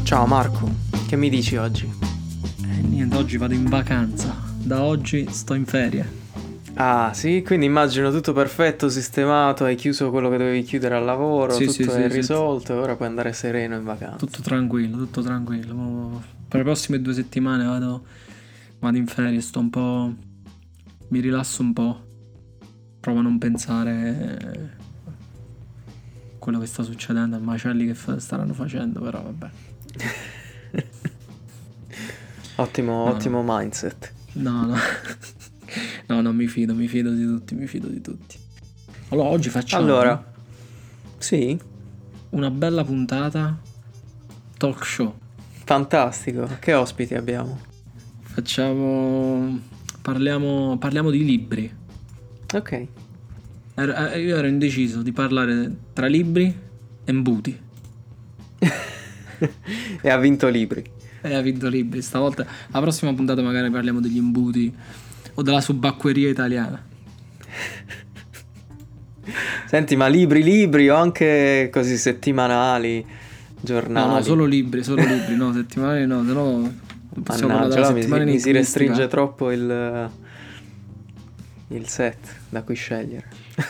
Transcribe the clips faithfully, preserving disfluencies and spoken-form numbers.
Ciao Marco, che mi dici oggi? Eh, niente, oggi vado in vacanza. Da oggi sto in ferie. Ah sì, quindi immagino tutto perfetto, sistemato, hai chiuso quello che dovevi chiudere al lavoro, Sì, sì, tutto è sì, sì. risolto e ora puoi andare sereno in vacanza. Tutto tranquillo, tutto tranquillo. Mo- Per le prossime due settimane vado, vado in ferie, sto un po'. Mi rilasso un po'. Provo a non pensare a quello che sta succedendo, ai macelli che fa- staranno facendo, però vabbè. Ottimo, No, no. ottimo mindset. No, no. No, non mi fido, mi fido di tutti, mi fido di tutti. Allora, oggi facciamo Allora, sì, una bella puntata talk show. fantastico. Che ospiti abbiamo? Facciamo. Parliamo, parliamo di libri. Ok. Ero- eh, io ero indeciso di parlare tra libri e imbuti. E ha vinto libri. E ha vinto libri. Stavolta, la prossima puntata magari parliamo degli imbuti o della subacqueria italiana. Senti, ma libri, libri o anche così settimanali, No, giornali? no, solo libri, solo libri, no, settimanali no, sennò possiamo parlare Mannaggia, della allora mi, si- settimana mi si enigmistica. restringe troppo il, il set da cui scegliere.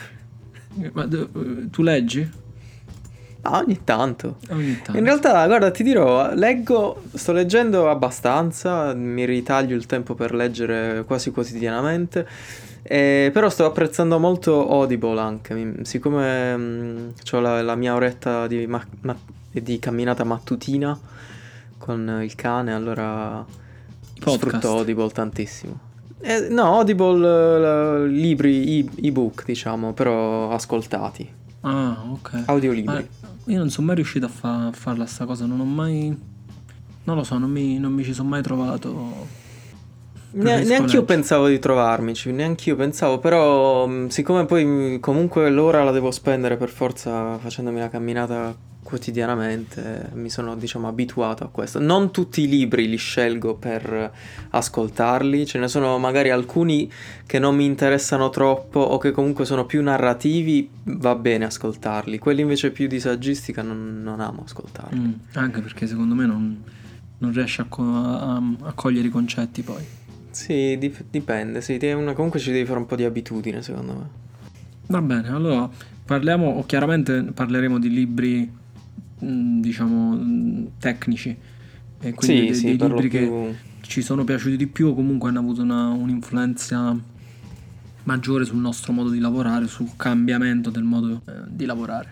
Ma eh, tu leggi? Ah, ogni tanto. Ogni tanto. In realtà, guarda, ti dirò, leggo, sto leggendo abbastanza, mi ritaglio il tempo per leggere quasi quotidianamente, eh, però sto apprezzando molto Audible anche, mi- siccome ho la, la mia oretta di, ma- ma- di camminata mattutina con il cane, allora Podcast. sfrutto Audible tantissimo. Eh, no, Audible, eh, libri, e- ebook, diciamo, però ascoltati, Ah, ok. audiolibri. Ma io non sono mai riuscito a, fa- a farla sta cosa, non ho mai. Non lo so, non mi, non mi ci sono mai trovato. Ne- Preferisco neanch'io leggere. pensavo di trovarmici, neanch'io pensavo, però mh, siccome poi mh, comunque l'ora la devo spendere per forza facendomi la camminata quotidianamente, mi sono diciamo abituato a questo. Non tutti i libri li scelgo per ascoltarli, ce ne sono magari alcuni che non mi interessano troppo o che comunque sono più narrativi, va bene ascoltarli. Quelli invece più di saggistica non, non amo ascoltarli. Mm, anche perché secondo me non, non riesce a, co- a- a cogliere i concetti poi. Sì, dip- dipende, sì, ti- una- comunque ci devi fare un po' di abitudine secondo me. Va bene, allora parliamo, o chiaramente parleremo di libri, mm, diciamo, mm, tecnici, e quindi Sì, de- sì, dei per lo libri che più. ci sono piaciuti di più o comunque hanno avuto una- un'influenza maggiore sul nostro modo di lavorare, sul cambiamento del modo eh, di lavorare.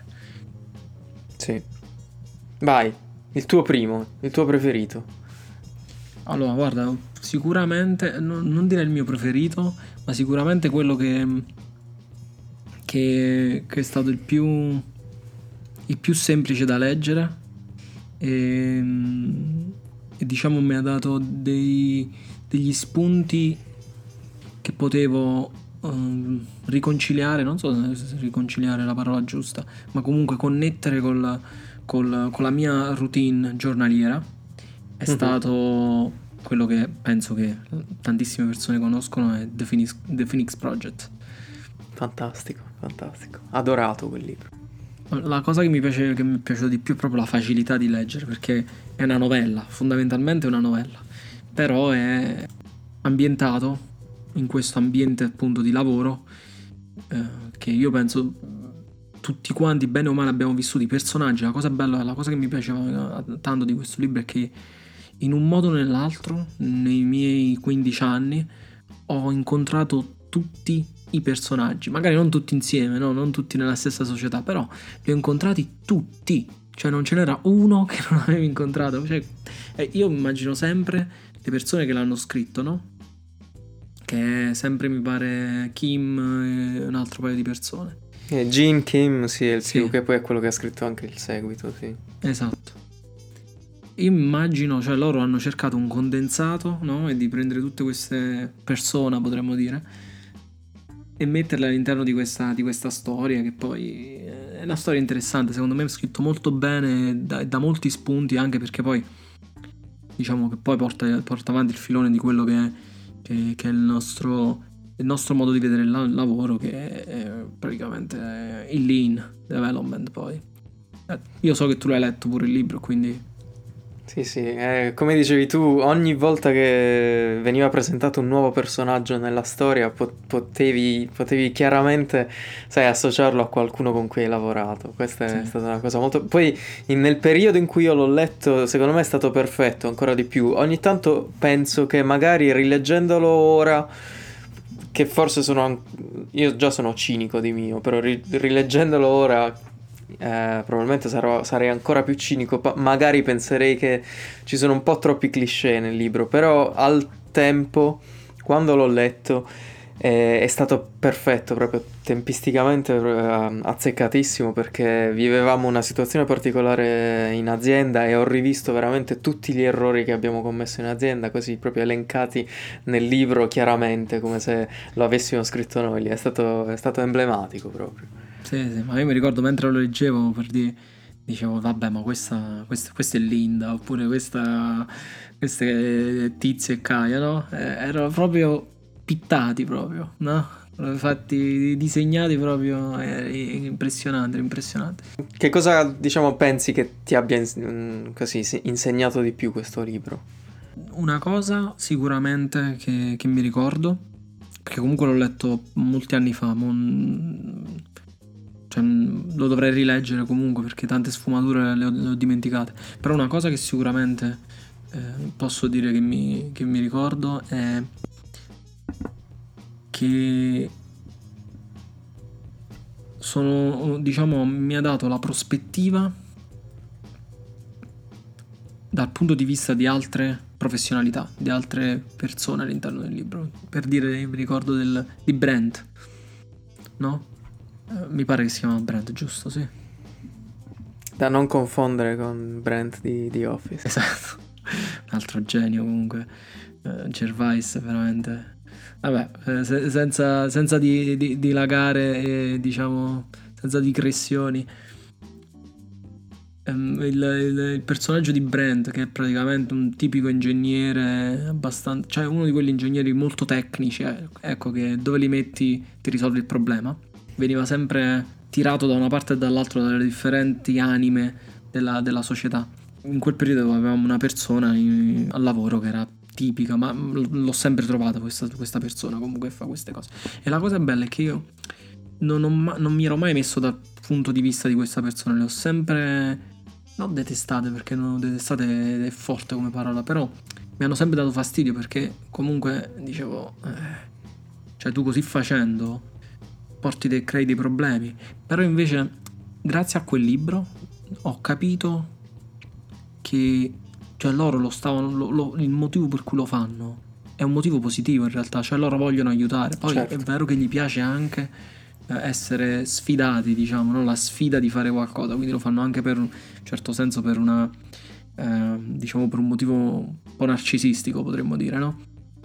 Sì. Vai, il tuo primo, il tuo preferito. Allora, guarda, sicuramente, non, non direi il mio preferito, ma sicuramente quello che, che, che è stato il più, il più semplice da leggere e, e diciamo mi ha dato dei, degli spunti che potevo ehm, riconciliare, non so se riconciliare è la parola giusta, ma comunque connettere col, col- con la mia routine giornaliera. È Mhm. stato quello che penso che tantissime persone conoscono, è The Phoenix, The Phoenix Project. Fantastico, fantastico. Adorato quel libro. La cosa che mi piace, che mi è piaciuta di più è proprio la facilità di leggere, perché è una novella, fondamentalmente è una novella, però è ambientato in questo ambiente appunto di lavoro eh, che io penso tutti quanti bene o male abbiamo vissuto i personaggi. La cosa bella, la cosa che mi piaceva tanto di questo libro è che in un modo o nell'altro, nei miei quindici anni, ho incontrato tutti i personaggi, magari non tutti insieme, no? Non tutti nella stessa società, però li ho incontrati tutti, cioè non ce n'era uno che non avevo incontrato. Cioè, eh, io immagino sempre le persone che l'hanno scritto, no? Che è sempre mi pare Kim e un altro paio di persone. Eh, Gene Kim, sì, è il Sì. più, che poi è quello che ha scritto anche il seguito, sì. Esatto. Immagino, cioè loro hanno cercato un condensato, no? E di prendere tutte queste persone, potremmo dire, e metterle all'interno di questa, di questa storia, che poi è una storia interessante, secondo me è scritto molto bene, da, da molti spunti, anche perché poi diciamo che poi porta, porta avanti il filone di quello che è, che, che è il nostro, il nostro modo di vedere il la- lavoro, che è, è praticamente il lean development poi. Eh, io so che tu l'hai letto pure il libro, quindi Sì, sì, eh, come dicevi tu, ogni volta che veniva presentato un nuovo personaggio nella storia po- potevi, potevi chiaramente, sai, associarlo a qualcuno con cui hai lavorato. Questa è Sì, stata una cosa molto... Poi in- nel periodo in cui io l'ho letto, secondo me è stato perfetto, ancora di più. Ogni tanto penso che magari rileggendolo ora, che forse sono... an- io già sono cinico di mio, però ri- rileggendolo ora... Eh, probabilmente sarò- sarei ancora più cinico, pa- magari penserei che ci sono un po' troppi cliché nel libro, però al tempo, quando l'ho letto, eh, è stato perfetto, proprio tempisticamente eh, azzeccatissimo, perché vivevamo una situazione particolare in azienda e ho rivisto veramente tutti gli errori che abbiamo commesso in azienda, così proprio elencati nel libro chiaramente, come se lo avessimo scritto noi. È stato, è stato emblematico proprio. sì, sì, ma io mi ricordo mentre lo leggevo per dire, dicevo, vabbè, ma questa, questa, questa è Linda, oppure questa, queste è Tizio e Caio, no? Eh, erano proprio pittati proprio, no? Fatti, disegnati proprio, eh, impressionante, impressionante. Che cosa, diciamo, pensi che ti abbia ins- mm, così se- insegnato di più questo libro? Una cosa sicuramente che, che mi ricordo, perché comunque l'ho letto molti anni fa, mon- cioè, lo dovrei rileggere comunque perché tante sfumature le ho, le ho dimenticate, però una cosa che sicuramente eh, posso dire che mi, che mi ricordo è che sono, diciamo, mi ha dato la prospettiva dal punto di vista di altre professionalità, di altre persone all'interno del libro. Per dire, io mi ricordo del, di Brent, no? Eh, mi pare che si chiama Brent, giusto? Sì. Da non confondere con Brent di, di Office. Esatto. Un altro genio comunque. Eh, Gervais, veramente. Vabbè, eh, se- senza, senza di, di- dilagare e diciamo, senza digressioni. Ehm, il, il- il personaggio di Brent, che è praticamente un tipico ingegnere, abbastanza, cioè uno di quegli ingegneri molto tecnici, eh, ecco, che dove li metti ti risolvi il problema. Veniva sempre tirato da una parte e dall'altra dalle differenti anime della, della società. In quel periodo avevamo una persona in- al lavoro che era tipica, ma l- l'ho sempre trovata questa, questa persona comunque che fa queste cose. E la cosa bella è che io non, ho ma- non mi ero mai messo dal punto di vista di questa persona, le ho sempre non detestate, perché non detestate è forte come parola, però mi hanno sempre dato fastidio perché comunque dicevo, eh, cioè tu così facendo porti dei, crei dei problemi. Però invece grazie a quel libro ho capito che cioè loro lo stavano, lo- lo- il motivo per cui lo fanno è un motivo positivo in realtà, cioè loro vogliono aiutare. Poi è Certo. vero che gli piace anche eh, essere sfidati, diciamo, no? La sfida di fare qualcosa, quindi lo fanno anche per un certo senso per una eh, diciamo per un motivo un po' narcisistico, potremmo dire, no?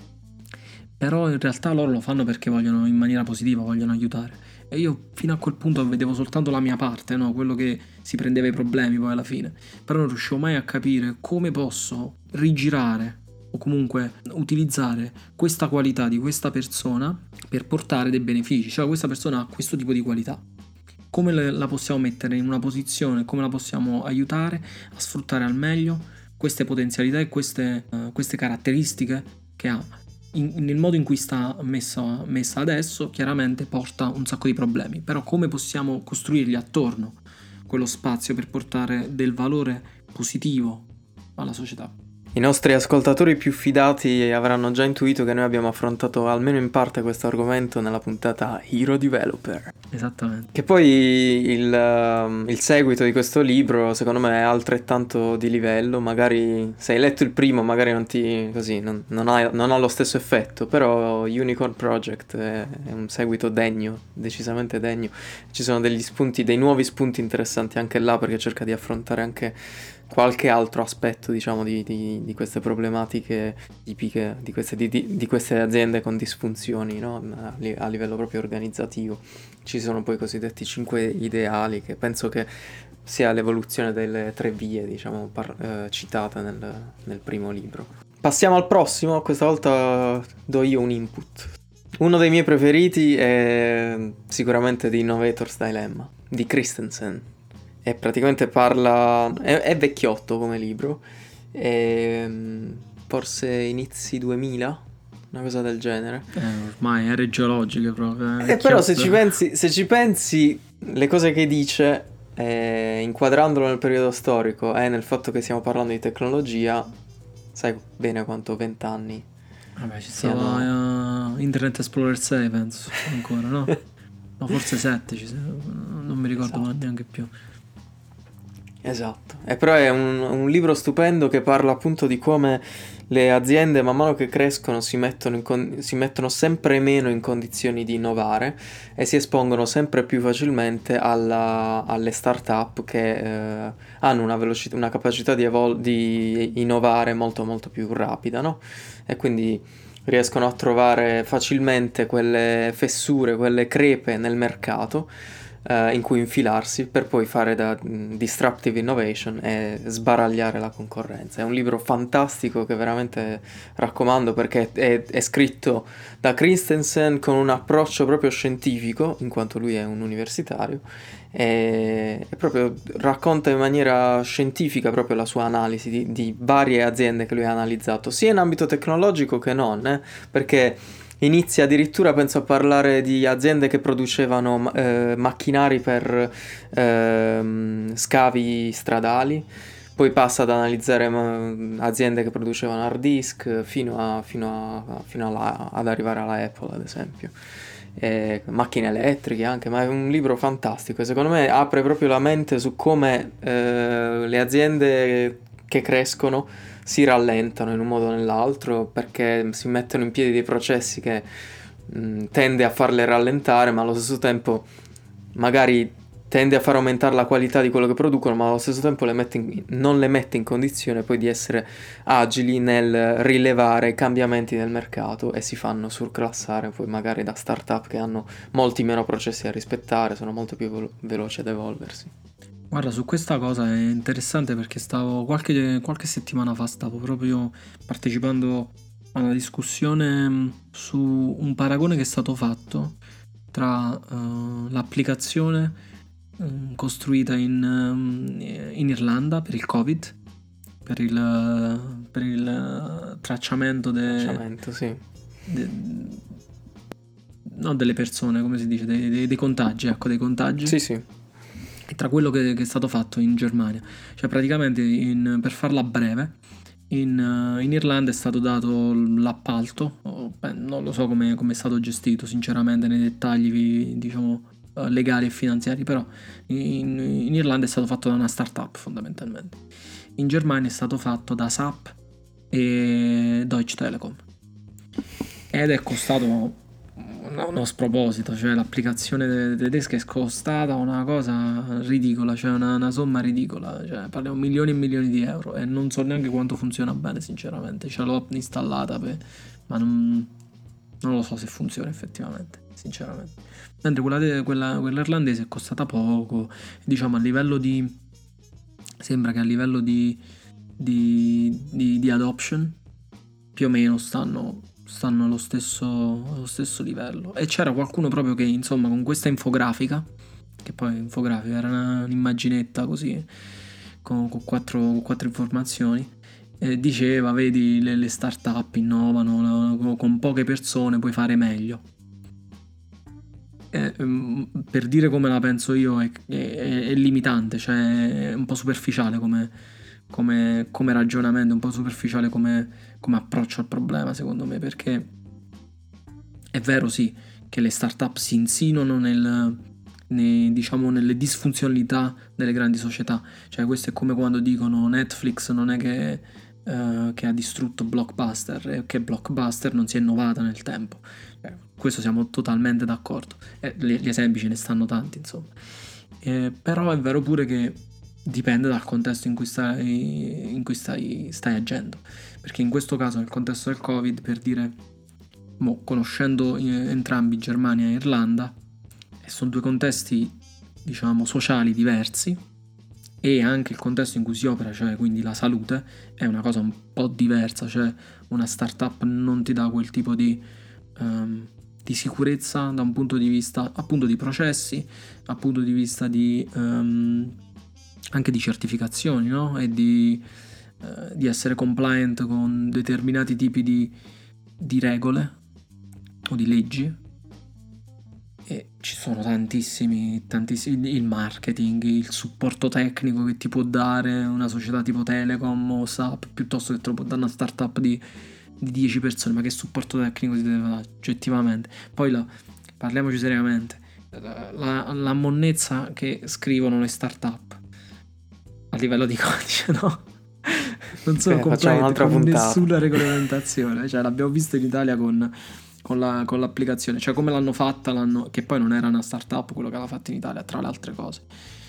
Però in realtà loro lo fanno perché vogliono in maniera positiva, vogliono aiutare. E io fino a quel punto vedevo soltanto la mia parte, no? Quello che si prendeva i problemi poi alla fine. Però non riuscivo mai a capire come posso rigirare o comunque utilizzare questa qualità di questa persona per portare dei benefici. Cioè questa persona ha questo tipo di qualità. Come le- la possiamo mettere in una posizione, come la possiamo aiutare a sfruttare al meglio queste potenzialità e queste, eh, queste caratteristiche che ha in- nel modo in cui sta messa, messa adesso, chiaramente porta un sacco di problemi. Però come possiamo costruirgli attorno quello spazio per portare del valore positivo alla società? I nostri ascoltatori più fidati avranno già intuito che noi abbiamo affrontato almeno in parte questo argomento nella puntata Hero Developer. Esattamente. Che poi il, ehm, il seguito di questo libro, secondo me, è altrettanto di livello. Magari se hai letto il primo, magari non ti così, non, non ha, non ha lo stesso effetto. Però Unicorn Project è, è un seguito degno, decisamente degno. Ci sono degli spunti, dei nuovi spunti interessanti anche là, perché cerca di affrontare anche qualche altro aspetto, diciamo, di, di- di queste problematiche tipiche di queste, di- di- di queste aziende con disfunzioni, no? A, li- a livello proprio organizzativo. Ci sono poi i cosiddetti cinque ideali, che penso che sia l'evoluzione delle tre vie, diciamo, par- eh, citate nel, nel primo libro. Passiamo al prossimo, questa volta do io un input. Uno dei miei preferiti è sicuramente The Innovator's Dilemma, di Christensen. E praticamente parla... È, è vecchiotto come libro, e, forse inizi duemila, una cosa del genere. Eh, ormai ere geologiche proprio. Eh, però se ci pensi, se ci pensi, le cose che dice, eh, inquadrandolo nel periodo storico e nel fatto che stiamo parlando di tecnologia, sai bene quanto vent'anni. Vabbè, ci siano- stava uh, Internet Explorer sei, penso, ancora, no? No, forse sette, ci non mi ricordo Esatto. ma neanche più. Esatto, e però è un, un libro stupendo che parla appunto di come le aziende man mano che crescono si mettono, in con- si mettono sempre meno in condizioni di innovare e si espongono sempre più facilmente alla- alle start-up che eh, hanno una velocità, una capacità di, evol- di innovare molto molto più rapida, no? E quindi riescono a trovare facilmente quelle fessure, quelle crepe nel mercato eh, in cui infilarsi per poi fare da mh, disruptive innovation e sbaragliare la concorrenza. È un libro fantastico che veramente raccomando perché è, è scritto da Christensen con un approccio proprio scientifico, in quanto lui è un universitario, e, e proprio racconta in maniera scientifica proprio la sua analisi di, di varie aziende che lui ha analizzato, sia in ambito tecnologico che non, eh, perché inizia addirittura, penso, a parlare di aziende che producevano ma- eh, macchinari per ehm, scavi stradali, poi passa ad analizzare ma, aziende che producevano hard disk fino, a, fino, a, fino alla- ad arrivare alla Apple, ad esempio. E macchine elettriche anche, ma è un libro fantastico e secondo me apre proprio la mente su come eh, le aziende che crescono si rallentano in un modo o nell'altro perché si mettono in piedi dei processi che mh, tende a farle rallentare, ma allo stesso tempo magari tende a far aumentare la qualità di quello che producono, ma allo stesso tempo le mette in- non le mette in condizione poi di essere agili nel rilevare i cambiamenti del mercato e si fanno surclassare poi magari da startup che hanno molti meno processi da rispettare, sono molto più velo- veloci ad evolversi. Guarda, su questa cosa è interessante perché stavo qualche, qualche settimana fa stavo proprio partecipando a una discussione mh, su un paragone che è stato fatto tra eh, l'applicazione mh, costruita in, um, in Irlanda per il Covid, per il, per il eh, tracciamento de- Tracciamento, sì. de- non delle persone, come si dice, dei, dei- dei contagi, ecco, dei contagi. Sì, sì. E tra quello che, che è stato fatto in Germania. Cioè praticamente, in- per farla breve, in, eh, in Irlanda è stato dato l'appalto, o, beh, non lo so come come è stato gestito sinceramente nei dettagli vi- diciamo eh, legali e finanziari, però in, in Irlanda è stato fatto da una startup fondamentalmente. In Germania è stato fatto da S A P e Deutsche Telekom ed è costato uno, uno sproposito, cioè l'applicazione te- tedesca è costata una cosa ridicola, cioè una, una somma ridicola, cioè parliamo milioni e milioni di euro e non so neanche quanto funziona bene sinceramente, ce l'ho installata per- ma non, non lo so se funziona effettivamente, sinceramente. Mentre quella, de- quella, quella irlandese è costata poco, diciamo a livello di... sembra che a livello di, di, di, di adoption più o meno stanno, stanno allo stesso, allo stesso livello. E c'era qualcuno proprio che, insomma, con questa infografica, che poi infografica era una- un'immaginetta così, con, con quattro, con quattro informazioni, eh, diceva, vedi, le, le start-up innovano, la- con poche persone puoi fare meglio. Eh, mm, per dire come la penso io è, è- è limitante, cioè è un po' superficiale come, come- come ragionamento, un po' superficiale come, come approccio al problema, secondo me, perché è vero sì che le start-up si insinuano nel, nei- diciamo, nelle disfunzionalità delle grandi società, cioè questo è come quando dicono Netflix non è che, eh, che ha distrutto Blockbuster, è che Blockbuster non si è innovata nel tempo. Eh, questo siamo totalmente d'accordo. Eh, gli, gli esempi ce ne stanno tanti, insomma. Eh, però è vero pure che dipende dal contesto in cui stai, in cui stai, stai agendo. Perché in questo caso, nel contesto del Covid, per dire, mo, conoscendo eh, entrambi Germania e Irlanda, e sono due contesti, diciamo, sociali diversi, e anche il contesto in cui si opera, cioè quindi la salute, è una cosa un po' diversa, cioè una startup non ti dà quel tipo di, ehm, di sicurezza da un punto di vista appunto di processi, dal punto di vista di ehm, anche di certificazioni, no? E di, eh, di essere compliant con determinati tipi di, di regole o di leggi, e ci sono tantissimi, tantissimi, il marketing, il supporto tecnico che ti può dare una società tipo Telecom o SAP, piuttosto che te lo può dare una startup di, di dieci persone. Ma che supporto tecnico ti deve dare oggettivamente? Poi la, parliamoci seriamente, la, la monnezza che scrivono le startup a livello di codice, no? Non sono Eh, facciamo compliant un'altra con puntata. nessuna regolamentazione, cioè l'abbiamo visto in Italia con, con, la, con l'applicazione, cioè come l'hanno fatta, l'hanno, che poi non era una startup quello che l'ha fatta in Italia, tra le altre cose.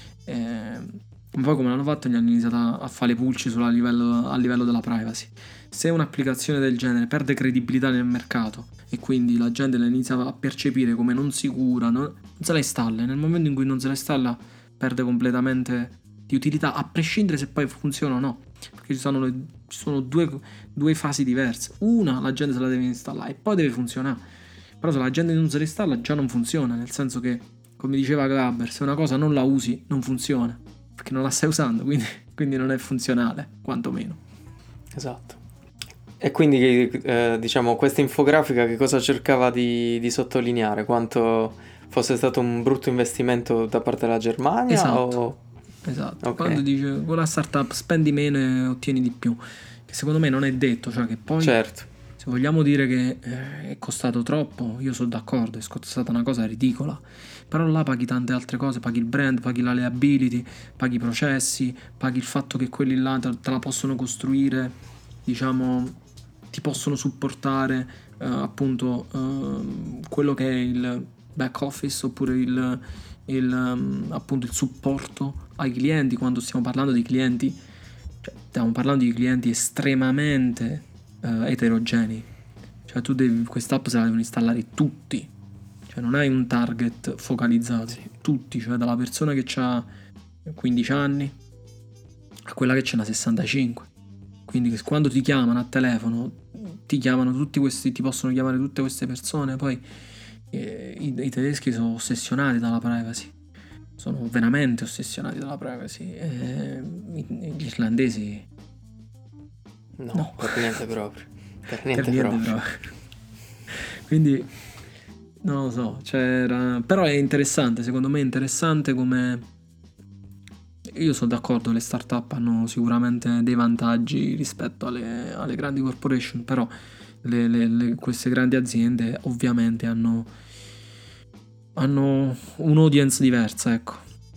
E poi come l'hanno fatto, gli hanno iniziato a, a fare le pulci sulla livello, a livello della privacy. Se un'applicazione del genere perde credibilità nel mercato e quindi la gente la inizia a percepire come non sicura, non, non se la installa, e nel momento in cui non se la installa perde completamente di utilità, a prescindere se poi funziona o no, perché ci sono, le, ci sono due, due fasi diverse. Una, la gente se la deve installare e poi deve funzionare, però se la gente non se la installa già non funziona, nel senso che, come diceva Graeber, se una cosa non la usi non funziona, perché non la stai usando, quindi, quindi non è funzionale, quantomeno. Esatto. E quindi eh, diciamo questa infografica che cosa cercava di, di sottolineare? Quanto fosse stato un brutto investimento da parte della Germania? Esatto. O... Esatto, Ok. quando dice con la startup spendi meno e ottieni di più, che secondo me non è detto, cioè che poi Certo. se vogliamo dire che eh, è costato troppo, io sono d'accordo, è stata una cosa ridicola, però là paghi tante altre cose, paghi il brand, paghi la liability, paghi i processi, paghi il fatto che quelli là te, te la possono costruire, diciamo, ti possono supportare eh, appunto eh, quello che è il back office oppure il, il um, appunto il supporto ai clienti. Quando stiamo parlando di clienti, cioè, stiamo parlando di clienti estremamente uh, eterogenei, cioè tu devi, quest'app se la devono installare tutti, cioè non hai un target focalizzato, sì. Tutti, cioè dalla persona che ha quindici anni a quella che ce n'ha sessantacinque, quindi che quando ti chiamano a telefono ti chiamano tutti questi, ti possono chiamare tutte queste persone. Poi eh, i, i tedeschi sono ossessionati dalla privacy, sono veramente ossessionati dalla privacy, e gli irlandesi no, no, per niente proprio, per niente, per niente proprio. proprio. Quindi non lo so, c'era, però è interessante, secondo me è interessante come, io sono d'accordo, le startup hanno sicuramente dei vantaggi rispetto alle, alle grandi corporation, però le, le, le, queste grandi aziende ovviamente hanno hanno un'audience diversa, ecco.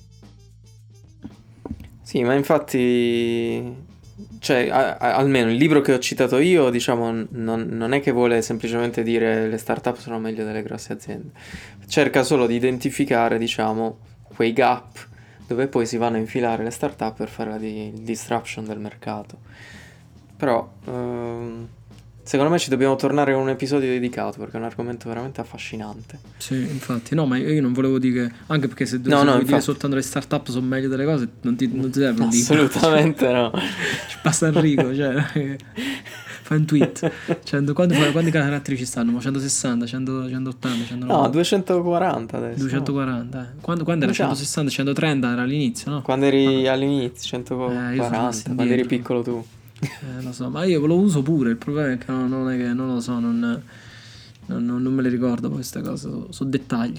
Sì, ma infatti, cioè, a- a- almeno il libro che ho citato io, diciamo, non, non è che vuole semplicemente dire le startup sono meglio delle grosse aziende. Cerca solo di identificare, diciamo, quei gap dove poi si vanno a infilare le startup per fare la di- il disruption del mercato. Però, ehm, secondo me ci dobbiamo tornare a un episodio dedicato perché è un argomento veramente affascinante. Sì, infatti, no, ma io non volevo dire che, anche perché se, No, se no, vuoi dire infatti. soltanto le startup sono meglio delle cose, non ti, non ti serve un libro. Assolutamente no. Ci passa Enrico, cioè, fai un tweet. cento, quanti, quanti caratteri ci stanno? Ma centosessanta, cento, centottanta, centonovanta? No, duecentoquaranta adesso. duecentoquaranta, eh. Quando, quando era Già. centosessanta, centotrenta era all'inizio, no? Quando eri Ah, all'inizio, eh, centoquaranta, io sono rimasto quando eri indietro. piccolo tu. Eh, lo so, ma io lo uso pure, il problema è che non, non è che, non lo so, non, non, non- non me le ricordo queste cose, sono, sono dettagli.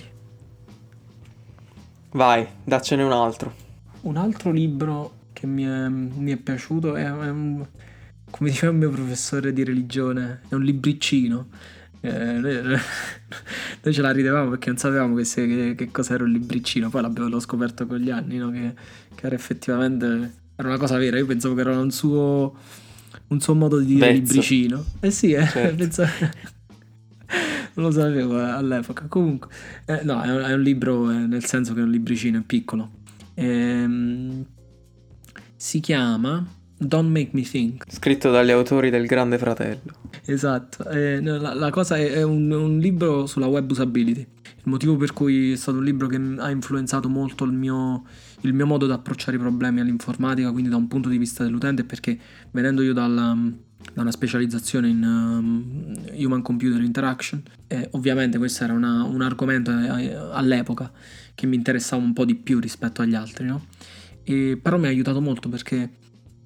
Vai, daccene un altro. Un altro libro che mi è, mi è piaciuto è, è un, come diceva il mio professore di religione, è un libriccino. Eh, noi, noi ce la ridevamo perché non sapevamo che, se, che, che cos'era un libriccino, poi l'abbiamo l'ho scoperto con gli anni, no? che, che era effettivamente era una cosa vera. Io pensavo che era un suo, un suo modo di dire Vezzo. libricino. Eh sì, eh, Certo. pensavo- non lo sapevo eh, all'epoca. Comunque, eh, no, è un, è un libro, eh, nel senso che è un libricino, è piccolo. Ehm, si chiama Don't Make Me Think. Scritto dagli autori del Grande Fratello. Esatto, eh, no, la, la cosa è, è un, un libro sulla web usability. Il motivo per cui è stato un libro che ha influenzato molto il mio, il mio modo di approcciare i problemi all'informatica, quindi da un punto di vista dell'utente, è perché venendo io dalla, da una specializzazione in um, Human Computer Interaction, eh, ovviamente questo era una, un argomento eh, all'epoca che mi interessava un po' di più rispetto agli altri, no? E, però mi ha aiutato molto perché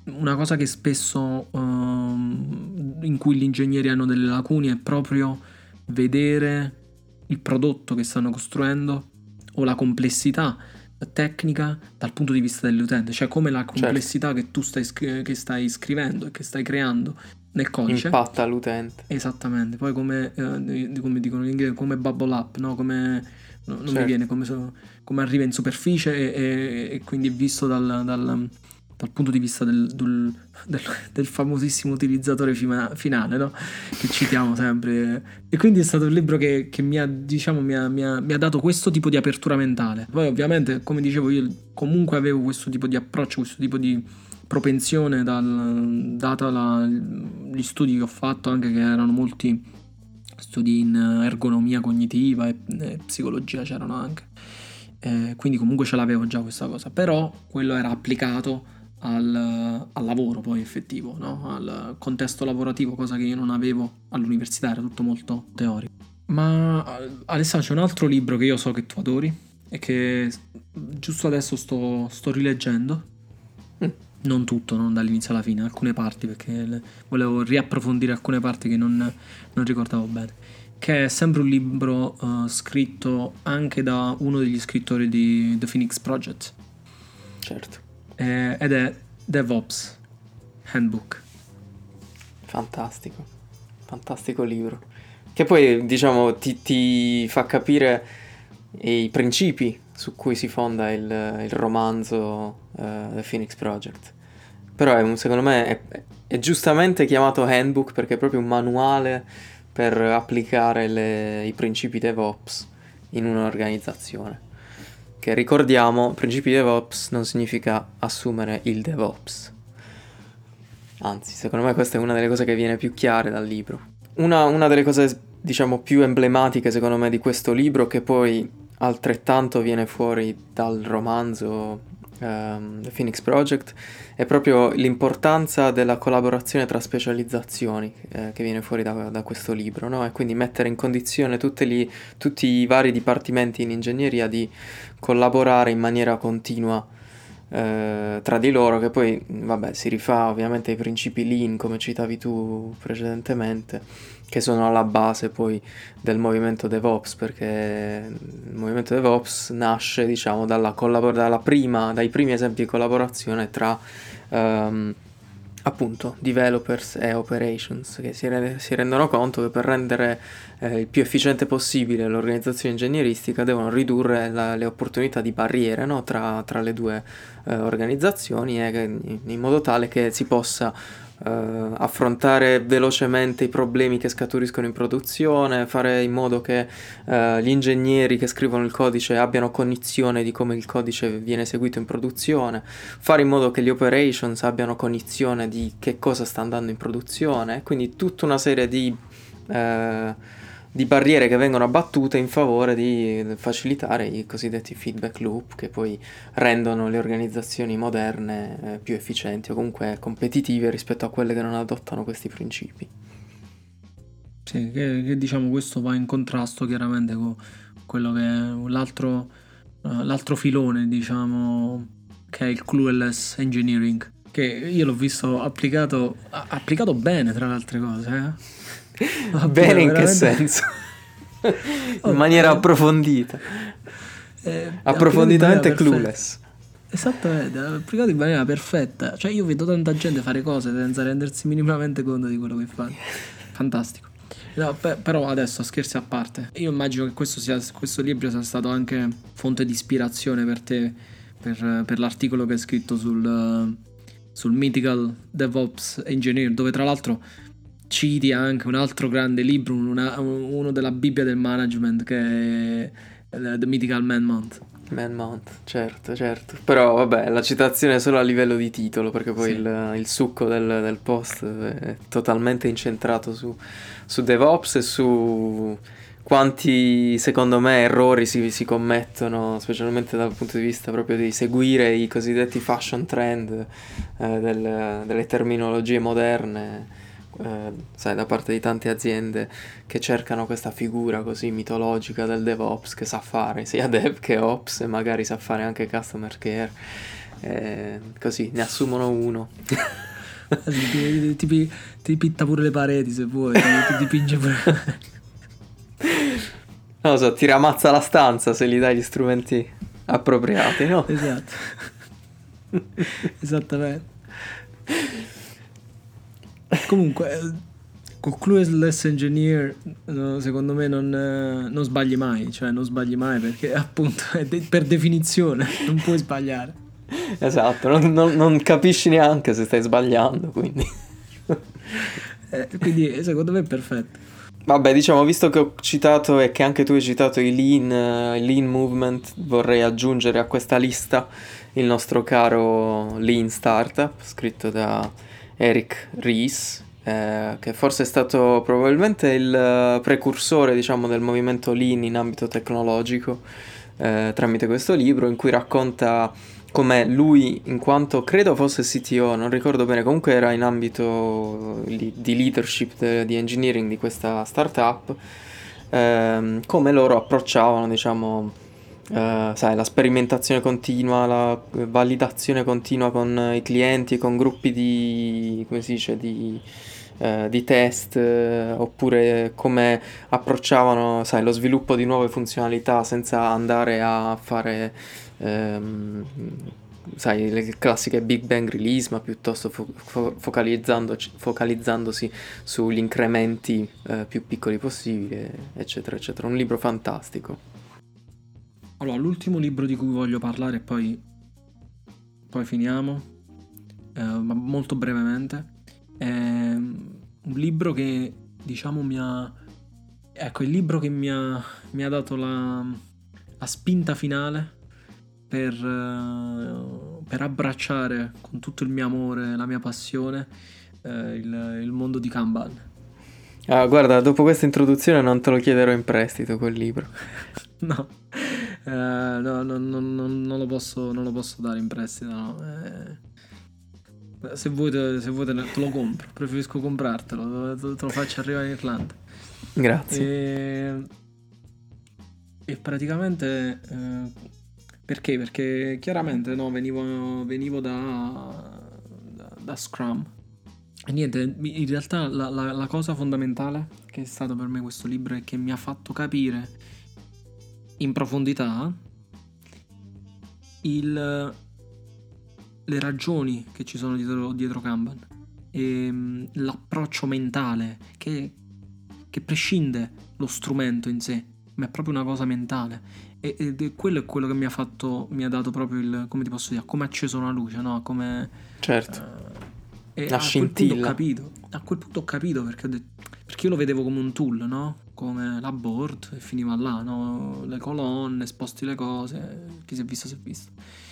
una cosa che spesso ehm, in cui gli ingegneri hanno delle lacune è proprio vedere il prodotto che stanno costruendo o la complessità tecnica dal punto di vista dell'utente, cioè come la complessità certo. che tu stai, scri- che stai scrivendo e che stai creando nel codice impatta l'utente. Esattamente, poi come, eh, come dicono in inglese, come bubble up, no? Come, no, non certo. mi viene, come, so, come arriva in superficie e, e, e quindi è visto dal, dal, dal punto di vista del, del, del, del famosissimo utilizzatore fima, finale, no? Che citiamo sempre. E quindi è stato un libro che, che mi, ha, diciamo, mi, ha, mi, ha, mi ha dato questo tipo di apertura mentale. Poi ovviamente, come dicevo, io comunque avevo questo tipo di approccio, questo tipo di propensione dal, data la, gli studi che ho fatto, anche che erano molti studi in ergonomia cognitiva e, e psicologia c'erano anche, eh, quindi comunque ce l'avevo già questa cosa, però quello era applicato al, al lavoro poi effettivo, no? Al contesto lavorativo, cosa che io non avevo all'università, era tutto molto teorico. Ma Alessandro, c'è un altro libro che io so che tu adori e che giusto adesso sto, sto rileggendo. Mm. Non tutto, non dall'inizio alla fine, alcune parti, perché volevo riapprofondire alcune parti che non, non ricordavo bene. Che è sempre un libro uh, scritto anche da uno degli scrittori di The Phoenix Project. Certo. Eh, ed è DevOps Handbook. Fantastico, fantastico libro. Che poi, diciamo, ti, ti fa capire i principi su cui si fonda il, il romanzo uh, The Phoenix Project. Però è un, secondo me è, è giustamente chiamato handbook perché è proprio un manuale per applicare le, i principi DevOps in un'organizzazione. Che ricordiamo, principi DevOps non significa assumere il DevOps. Anzi, secondo me questa è una delle cose che viene più chiare dal libro. Una, una delle cose, diciamo, più emblematiche secondo me di questo libro, che poi altrettanto viene fuori dal romanzo um, The Phoenix Project, è proprio l'importanza della collaborazione tra specializzazioni eh, che viene fuori da, da questo libro, no? E quindi mettere in condizione tutti, gli, tutti i vari dipartimenti in ingegneria di collaborare in maniera continua eh, tra di loro, che poi, vabbè, si rifà ovviamente ai principi Lean, come citavi tu precedentemente, che sono alla base poi del movimento DevOps, perché il movimento DevOps nasce, diciamo, dalla collabor- dalla prima, dai primi esempi di collaborazione tra um, appunto developers e operations, che si, re- si rendono conto che per rendere eh, il più efficiente possibile l'organizzazione ingegneristica devono ridurre la- le opportunità di barriere, no? tra, tra le due eh, organizzazioni, e che, in, in modo tale che si possa Uh, affrontare velocemente i problemi che scaturiscono in produzione, fare in modo che uh, gli ingegneri che scrivono il codice abbiano cognizione di come il codice viene eseguito in produzione, fare in modo che gli operations abbiano cognizione di che cosa sta andando in produzione, quindi tutta una serie di uh, di barriere che vengono abbattute in favore di facilitare i cosiddetti feedback loop, che poi rendono le organizzazioni moderne eh, più efficienti o comunque competitive rispetto a quelle che non adottano questi principi. Sì, che, che diciamo questo va in contrasto chiaramente con quello che è l'altro, uh, l'altro filone, diciamo, che è il clueless engineering, che io l'ho visto applicato, applicato bene tra le altre cose, eh? Bene in che senso? In maniera approfondita. Eh, approfonditamente clueless. Esattamente, applicato in maniera perfetta. Cioè io vedo tanta gente fare cose senza rendersi minimamente conto di quello che fa. Fantastico. No, per, però adesso, scherzi a parte, io immagino che questo, sia, questo libro sia stato anche fonte di ispirazione per te, per, per l'articolo che hai scritto sul, sul Mythical DevOps Engineer, dove tra l'altro citi anche un altro grande libro, una, uno della Bibbia del management, che è The Mythical Man Month. Man Month, certo, certo. Però vabbè, la citazione è solo a livello di titolo, perché poi sì. il, il succo del, del post è totalmente incentrato su, su DevOps e su quanti, secondo me, errori si, si commettono, specialmente dal punto di vista proprio di seguire i cosiddetti fashion trend eh, del, delle terminologie moderne. Eh, sai, da parte di tante aziende che cercano questa figura così mitologica del DevOps che sa fare sia Dev che Ops e magari sa fare anche Customer Care, e così ne assumono uno. Ti, ti, ti, ti pitta pure le pareti se vuoi, ti, ti dipinge pure. Non lo so, ti ramazza la stanza se gli dai gli strumenti appropriati, no? Esatto. Esattamente. Comunque, con Clueless Engineer, no, secondo me non, eh, non sbagli mai, cioè non sbagli mai perché appunto è de- per definizione non puoi sbagliare. Esatto, non, non- non capisci neanche se stai sbagliando, quindi. Eh, quindi secondo me è perfetto. Vabbè, diciamo, visto che ho citato e che anche tu hai citato i lean, eh, il lean movement, vorrei aggiungere a questa lista il nostro caro Lean Startup, scritto da Eric Ries, eh, che forse è stato probabilmente il eh, precursore, diciamo, del movimento lean in ambito tecnologico, eh, tramite questo libro in cui racconta come lui, in quanto credo fosse C T O, non ricordo bene, comunque era in ambito li- di leadership, de- di engineering di questa startup, ehm, come loro approcciavano, diciamo, eh, sai, la sperimentazione continua, la validazione continua con i clienti, con gruppi di, come si dice, di, eh, di test, eh, oppure come approcciavano, sai, lo sviluppo di nuove funzionalità senza andare a fare ehm, sai, le classiche Big Bang release, ma piuttosto fo- fo- focalizzandoci- focalizzandosi sugli incrementi eh, più piccoli possibili, eccetera, eccetera. Un libro fantastico. Allora, l'ultimo libro di cui voglio parlare e poi, poi finiamo, eh, ma molto brevemente, è un libro che diciamo mi ha... Ecco, il libro che mi ha, mi ha dato la, la spinta finale per, eh, per abbracciare con tutto il mio amore, la mia passione, eh, il, il mondo di Kanban. Ah, guarda, dopo questa introduzione non te lo chiederò in prestito quel libro. No, eh, no, no, no, no, non lo posso, non lo posso dare in prestito, no. Eh, se vuoi, te, se vuoi te, ne- te lo compro, preferisco comprartelo, te, te lo faccio arrivare in Irlanda. Grazie. E, e praticamente eh, perché? Perché chiaramente no, venivo, venivo da, da, da Scrum. E niente, in realtà la, la, la cosa fondamentale che è stato per me questo libro è che mi ha fatto capire in profondità il, le ragioni che ci sono dietro, dietro Kanban e mm, l'approccio mentale che, che prescinde lo strumento in sé, ma è proprio una cosa mentale. E, ed è quello è quello che mi ha fatto, mi ha dato proprio il, come ti posso dire, come acceso una luce, no? Come Certo, e la a quel punto ho scintilla. capito, a quel punto ho capito perché ho detto, perché io lo vedevo come un tool, no? Come la board e finiva là, no? Le colonne, sposti le cose, chi si è visto si è visto.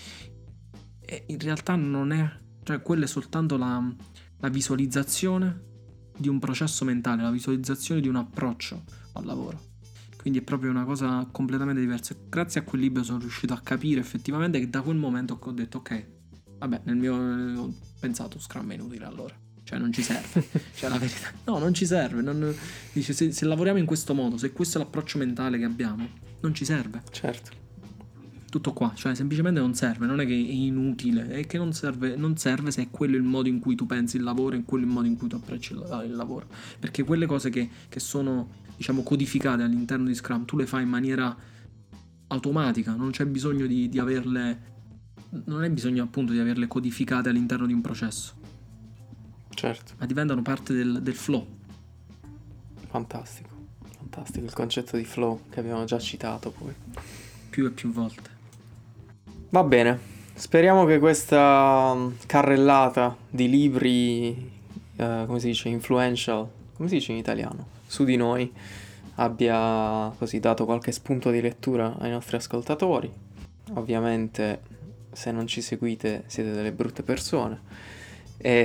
E in realtà non è, cioè quella è soltanto la, la visualizzazione di un processo mentale, la visualizzazione di un approccio al lavoro. Quindi è proprio una cosa completamente diversa. Grazie a quel libro sono riuscito a capire effettivamente che da quel momento ho detto ok, vabbè, nel mio ho pensato Scrum è inutile allora. Cioè non ci serve. Cioè la verità. No, non ci serve. Non, dice, se, se lavoriamo in questo modo, se questo è l'approccio mentale che abbiamo, non ci serve. Certo. Tutto qua, cioè semplicemente non serve, non è che è inutile, è che non serve, non serve se è quello il modo in cui tu pensi il lavoro e quello il modo in cui tu apprezzi il, il lavoro. Perché quelle cose che, che sono, diciamo, codificate all'interno di Scrum, tu le fai in maniera automatica, non c'è bisogno di, di averle, non hai bisogno appunto di averle codificate all'interno di un processo, Certo. ma diventano parte del, del flow. Fantastico. Fantastico il concetto di flow che abbiamo già citato poi. Più e più volte. Va bene, speriamo che questa mm, carrellata di libri, eh, come si dice, influential, come si dice in italiano, su di noi, abbia così dato qualche spunto di lettura ai nostri ascoltatori. Ovviamente, se non ci seguite, siete delle brutte persone. E,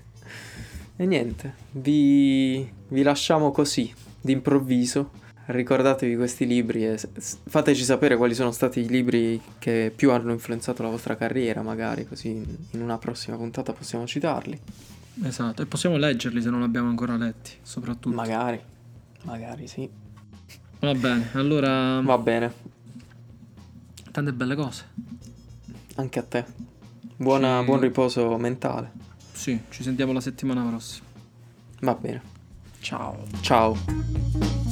e niente, vi, vi lasciamo così, d'improvviso. Ricordatevi questi libri e s- s- fateci sapere quali sono stati i libri che più hanno influenzato la vostra carriera, magari così in in una prossima puntata possiamo citarli. Esatto, e possiamo leggerli se non li abbiamo ancora letti, soprattutto. Magari, magari sì. Va bene, allora, Va bene, tante belle cose. anche a te. Buona, Ci- Buon riposo mentale. Sì, ci sentiamo la settimana prossima. Va bene. Ciao. Ciao.